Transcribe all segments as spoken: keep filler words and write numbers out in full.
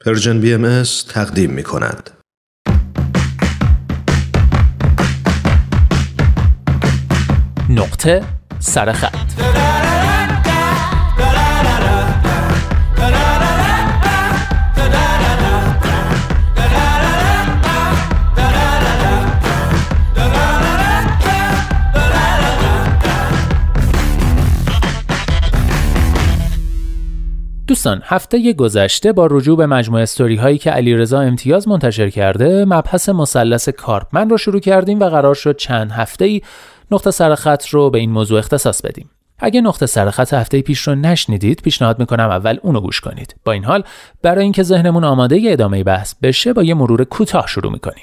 پرژن بی ام اس تقدیم می کند. نقطه سرخط. دوستان، هفته گذشته با رجوع به مجموعه استوری هایی که علیرضا امتیاز منتشر کرده، مبحث مثلث کارپمن رو شروع کردیم و قرار شد چند هفته‌ای نقطه سرخط رو به این موضوع اختصاص بدیم. اگه نقطه سرخط هفته پیش رو نشنیدید، پیشنهاد میکنم اول اونو گوش کنید. با این حال برای اینکه ذهنمون آماده ی ادامه بحث بشه، با یه مرور کوتاه شروع میکنیم.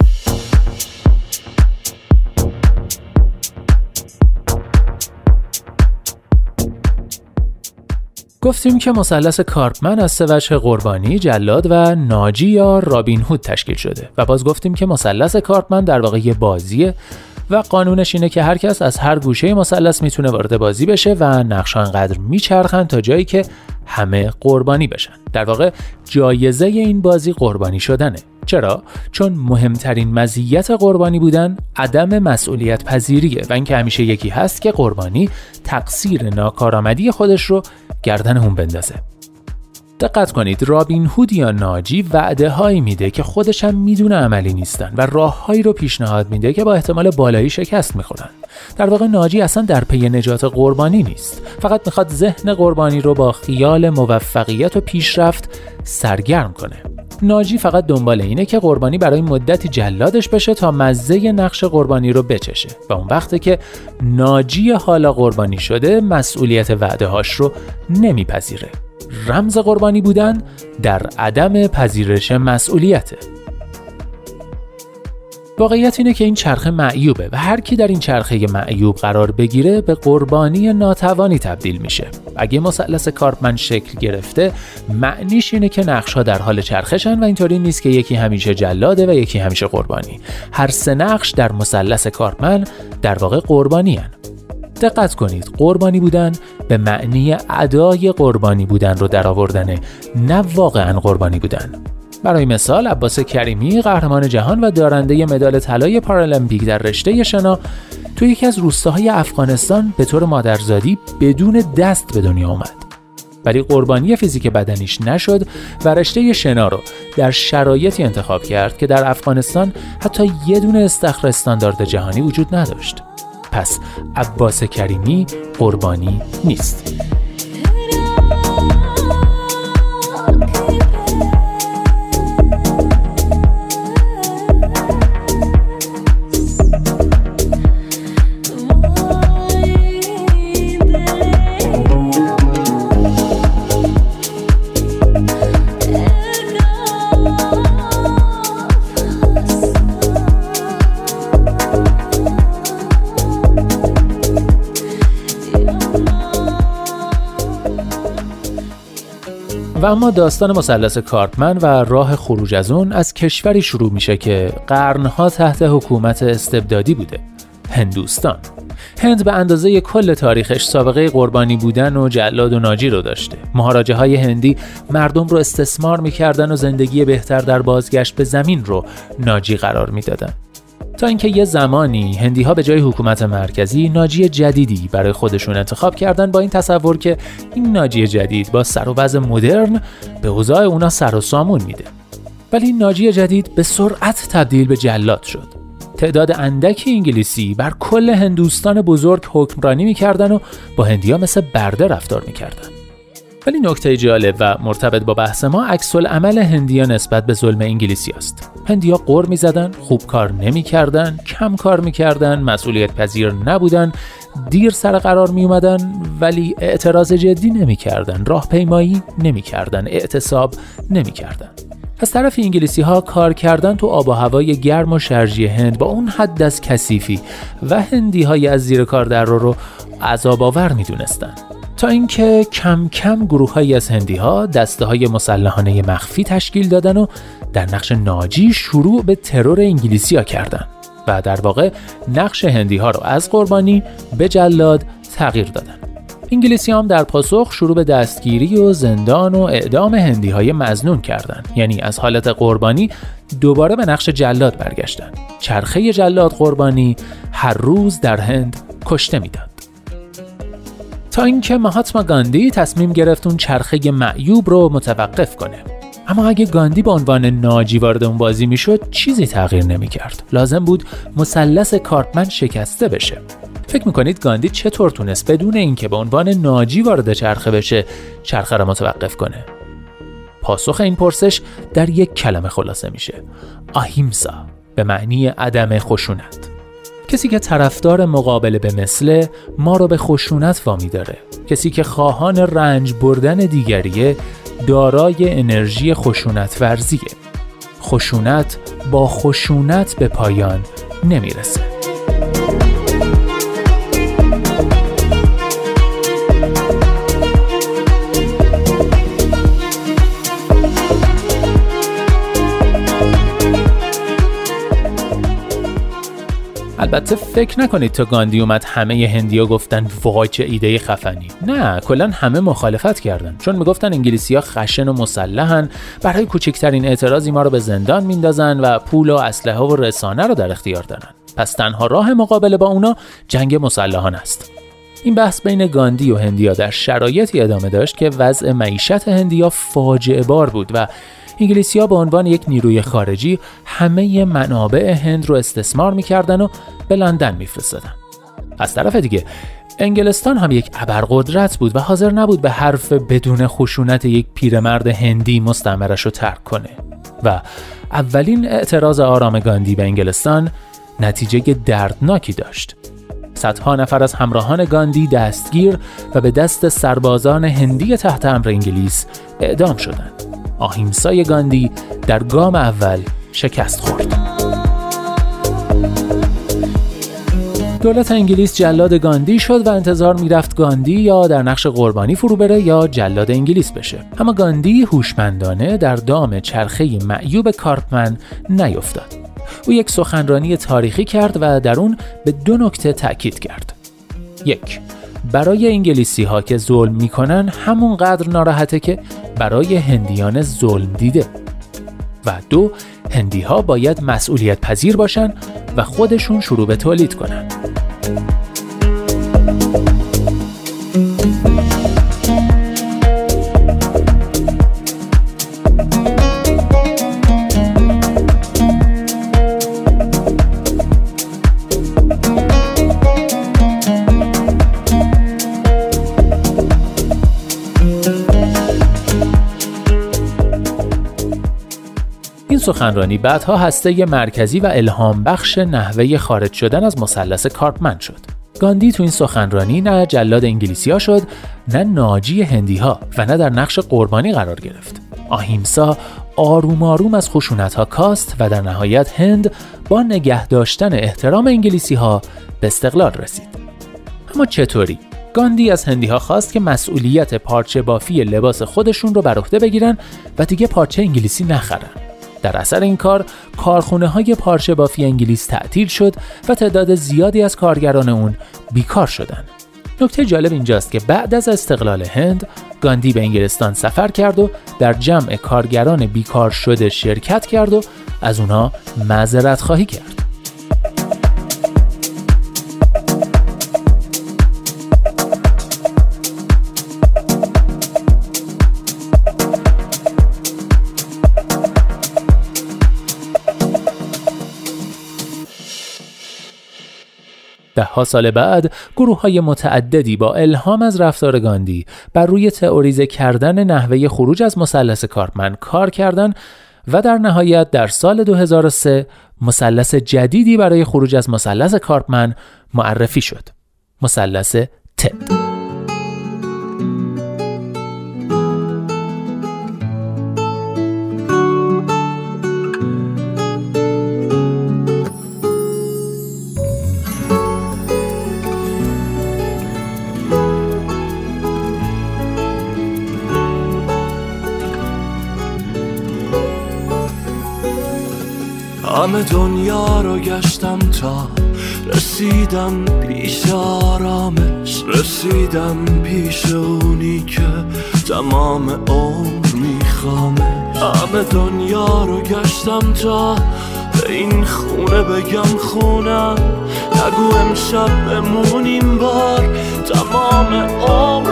گفتیم که مثلث کارپمن از سه وجه قربانی، جلاد و ناجی یا رابین هود تشکیل شده و باز گفتیم که مثلث کارپمن در واقع یه بازیه و قانونش اینه که هر کس از هر گوشه مثلث میتونه وارد بازی بشه و نقش‌ها انقدر میچرخن تا جایی که همه قربانی بشن. در واقع جایزه این بازی قربانی شدنه. چرا؟ چون مهمترین مزیت قربانی بودن عدم مسئولیت پذیریه و اینکه همیشه یکی هست که قربانی تقصیر ناکارآمدی خودش رو گردن اون بندازه. دقت کنید، رابین هود یا ناجی وعده هایی میده که خودش هم میدونه عملی نیستن و راههایی رو پیشنهاد میده که با احتمال بالایی شکست میخورن. در واقع ناجی اصلا در پی نجات قربانی نیست، فقط میخواد ذهن قربانی رو با خیال موفقیت و پیشرفت سرگرم کنه. ناجی فقط دنبال اینه که قربانی برای مدتی جلادش بشه تا مزه نقش قربانی رو بچشه و اون وقته که ناجی حالا قربانی شده مسئولیت وعده هاش رو نمیپذیره. رمز قربانی بودن در عدم پذیرش مسئولیته. واقعیت اینه که این چرخه معیوبه و هر کی در این چرخه معیوب قرار بگیره به قربانی ناتوانی تبدیل میشه. اگه مثلث کارپمن شکل گرفته، معنیش اینه که نقش‌ها در حال چرخشن و اینطوری نیست که یکی همیشه جلاده و یکی همیشه قربانی. هر سه نقش در مثلث کارپمن در واقع قربانی هن. دقت کنید، قربانی بودن به معنی ادای قربانی بودن رو در آوردنه، نه واقعا قربانی بودن. برای مثال، عباس کریمی، قهرمان جهان و دارنده مدال طلای پارالمپیک در رشته شنا، توی یکی از روستاهای افغانستان به طور مادرزادی بدون دست به دنیا اومد. ولی قربانی فیزیک بدنیش نشد و رشته شنا رو در شرایطی انتخاب کرد که در افغانستان حتی یه دونه استخر استاندارد جهانی وجود نداشت. پس عباس کریمی قربانی نیست. و اما داستان مثلث کارپمن و راه خروج از اون از کشوری شروع میشه که قرنها تحت حکومت استبدادی بوده، هندوستان. هند به اندازه کل تاریخش سابقه قربانی بودن و جلاد و ناجی رو داشته. مهاراجه های هندی مردم رو استثمار میکردن و زندگی بهتر در بازگشت به زمین رو ناجی قرار میدادن. تا اینکه یه زمانی هندی‌ها به جای حکومت مرکزی ناجی جدیدی برای خودشون انتخاب کردن، با این تصور که این ناجی جدید با سر و وضع مدرن به اوضاع اونا سر و سامون میده. ولی این ناجی جدید به سرعت تبدیل به جلاد شد. تعداد اندکی انگلیسی بر کل هندوستان بزرگ حکمرانی میکردن و با هندی‌ها مثل برده رفتار میکردن. ولی نکته جالب و مرتبط با بحث ما عکس العمل هندی‌ها نسبت به ظلم انگلیسی است. هندی‌ها غر می‌زدن، خوب کار نمی‌کردن، کم کار می‌کردن، مسئولیت پذیر نبودن، دیر سر قرار می‌اومدن ولی اعتراض جدی نمی‌کردن، راهپیمایی نمی‌کردن، اعتصاب نمی‌کردن. از طرف انگلیسی‌ها کار کردن تو آب و هوای گرم و شرجی هند با اون حد از کثیفی و هندی‌های از زیر کار در رو, رو عذاب‌آور می‌دونستن. تا اینکه کم کم گروه‌هایی از هندی‌ها دسته‌های مسلحانه مخفی تشکیل دادن و در نقش ناجی شروع به ترور انگلیسی‌ها کردن و در واقع نقش هندی‌ها رو از قربانی به جلاد تغییر دادن. انگلیسی هم در پاسخ شروع به دستگیری و زندان و اعدام هندی‌های مظنون کردند. یعنی از حالت قربانی دوباره به نقش جلاد برگشتند. چرخه جلاد قربانی هر روز در هند کشته میداد. تا اینکه مهاتما گاندی تصمیم گرفت اون چرخه معیوب رو متوقف کنه. اما اگه گاندی به عنوان ناجی وارد اون بازی میشد، چیزی تغییر نمیکرد. لازم بود مثلث کارپمن شکسته بشه. فکر میکنید گاندی چطور تونست بدون اینکه به عنوان ناجی وارد چرخه بشه، چرخه رو متوقف کنه؟ پاسخ این پرسش در یک کلمه خلاصه میشه: آهیمسا، به معنی عدم خشونت. کسی که طرفدار مقابله به مثله ما رو به خشونت وامی داره. کسی که خواهان رنج بردن دیگریه دارای انرژی خشونت ورزیه. خشونت با خشونت به پایان نمیرسه. البته فکر نکنید تا گاندی اومد همه هندیا گفتن وای چه ایده خفنی. نه، کلا همه مخالفت کردن، چون میگفتن انگلیسی‌ها خشن و مسلحن، برای کوچکترین اعتراضی ما رو به زندان میندازن و پول و اسلحه و رسانه رو در اختیار دارن. پس تنها راه مقابله با اونا جنگ مسلحانه است. این بحث بین گاندی و هندیا در شرایطی ادامه داشت که وضع معیشت هندیا فاجعه بار بود و انگلیسی‌ها به عنوان یک نیروی خارجی همه منابع هند رو استثمار می‌کردن و به لندن می‌فرستادن. از طرف دیگه انگلستان هم یک ابرقدرت بود و حاضر نبود به حرف بدون خشونت یک پیرمرد هندی مستعمرش رو ترک کنه. و اولین اعتراض آرام گاندی به انگلستان نتیجه دردناکی داشت. صدها نفر از همراهان گاندی دستگیر و به دست سربازان هندی تحت امر انگلیس اعدام شدند. آهیمسای گاندی در گام اول شکست خورد. دولت انگلیس جلاد گاندی شد و انتظار میرفت گاندی یا در نقش قربانی فرو بره یا جلاد انگلیس بشه. اما گاندی هوشمندانه در دام چرخه معیوب کارپمن نیفتاد. او یک سخنرانی تاریخی کرد و در اون به دو نکته تأکید کرد. یک، برای انگلیسی ها که ظلم میکنن همون قدر ناراحته که برای هندیان ظلم دیده. و دو، هندی ها باید مسئولیت پذیر باشن و خودشون شروع به تولید کنن. سخنرانی بعدها هسته مرکزی و الهام بخش نحوه خارج شدن از مثلث کارپمن شد. گاندی تو این سخنرانی نه جلاد انگلیسی ها شد، نه ناجی هندی ها و نه در نقش قربانی قرار گرفت. آهیمسا آروم آروم از خشونت ها کاست و در نهایت هند با نگه داشتن احترام انگلیسی ها به استقلال رسید. اما چطوری؟ گاندی از هندی ها خواست که مسئولیت پارچه بافی لباس خودشون رو بر عهده بگیرن و دیگه پارچه انگلیسی نخرن. در اثر این کار کارخونه‌های پارچه بافی انگلیس تعطیل شد و تعداد زیادی از کارگران اون بیکار شدند. نکته جالب اینجاست که بعد از استقلال هند، گاندی به انگلستان سفر کرد و در جمع کارگران بیکار شده شرکت کرد و از اونها معذرت خواهی کرد. ده ها سال بعد گروه‌های متعددی با الهام از رفتار گاندی بر روی تئوریزه کردن نحوه خروج از مثلث کارپمن کار کردند و در نهایت در سال دو هزار و سه مثلث جدیدی برای خروج از مثلث کارپمن معرفی شد. مثلث تد. همه دنیا رو گشتم تا رسیدم پیش آرامش، رسیدم پیش اونی که تمام عمر میخوامش. همه دنیا رو گشتم تا به این خونه بگم خونم، نگو امشب بمونیم بار تمام عمر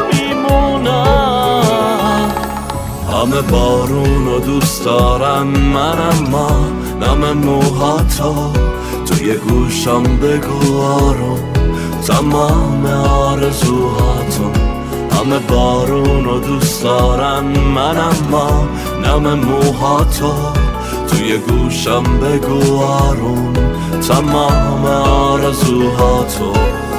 میمونم. همه بارون رو دوست دارن من، اما نم موهاتو توی گوشم بگو آروم تمام آرزوهاتو. همه بارون رو دوست دارن من، اما نم موهاتو توی گوشم بگو آروم تمام آرزوهاتو.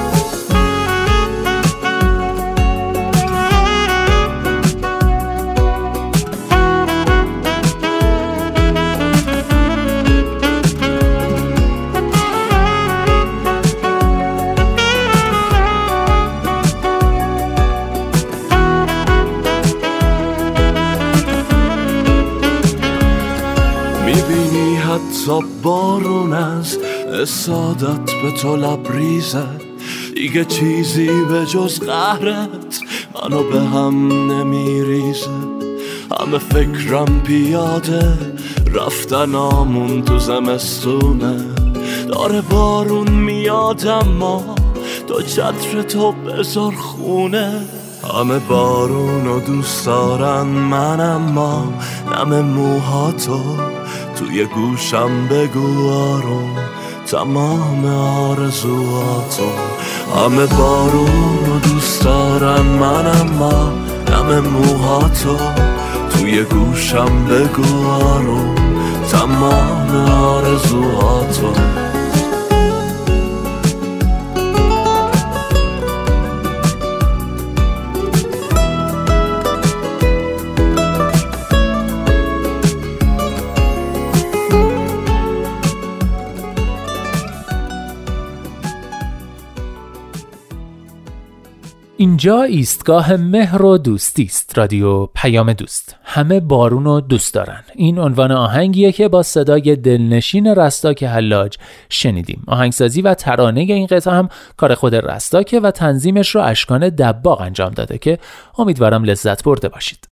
میبینی حتی بارون از اسادت به تو لبریزه، دیگه چیزی به جز قهرت منو به هم نمیریزه. همه فکرم پیاده رفتن آمون تو زمستونه، داره بارون میاد اما تو چتر تو بذار خونه. همه بارون رو دوست دارن من، اما نم موهاتو توی گوشم بگو آروم تمام آرزوهاتو. همه بارون رو دوست دارن من، اما نم موهاتو توی گوشم بگو آروم تمام آرزوهاتو. اینجا ایستگاه مهر و دوستی است، رادیو پیام دوست. همه بارون رو دوست دارن. این عنوان آهنگیه که با صدای دلنشین رستاک حلاج شنیدیم. آهنگسازی و ترانه این قطعه هم کار خود رستاکه و تنظیمش رو اشکان دباغ انجام داده که امیدوارم لذت برده باشید.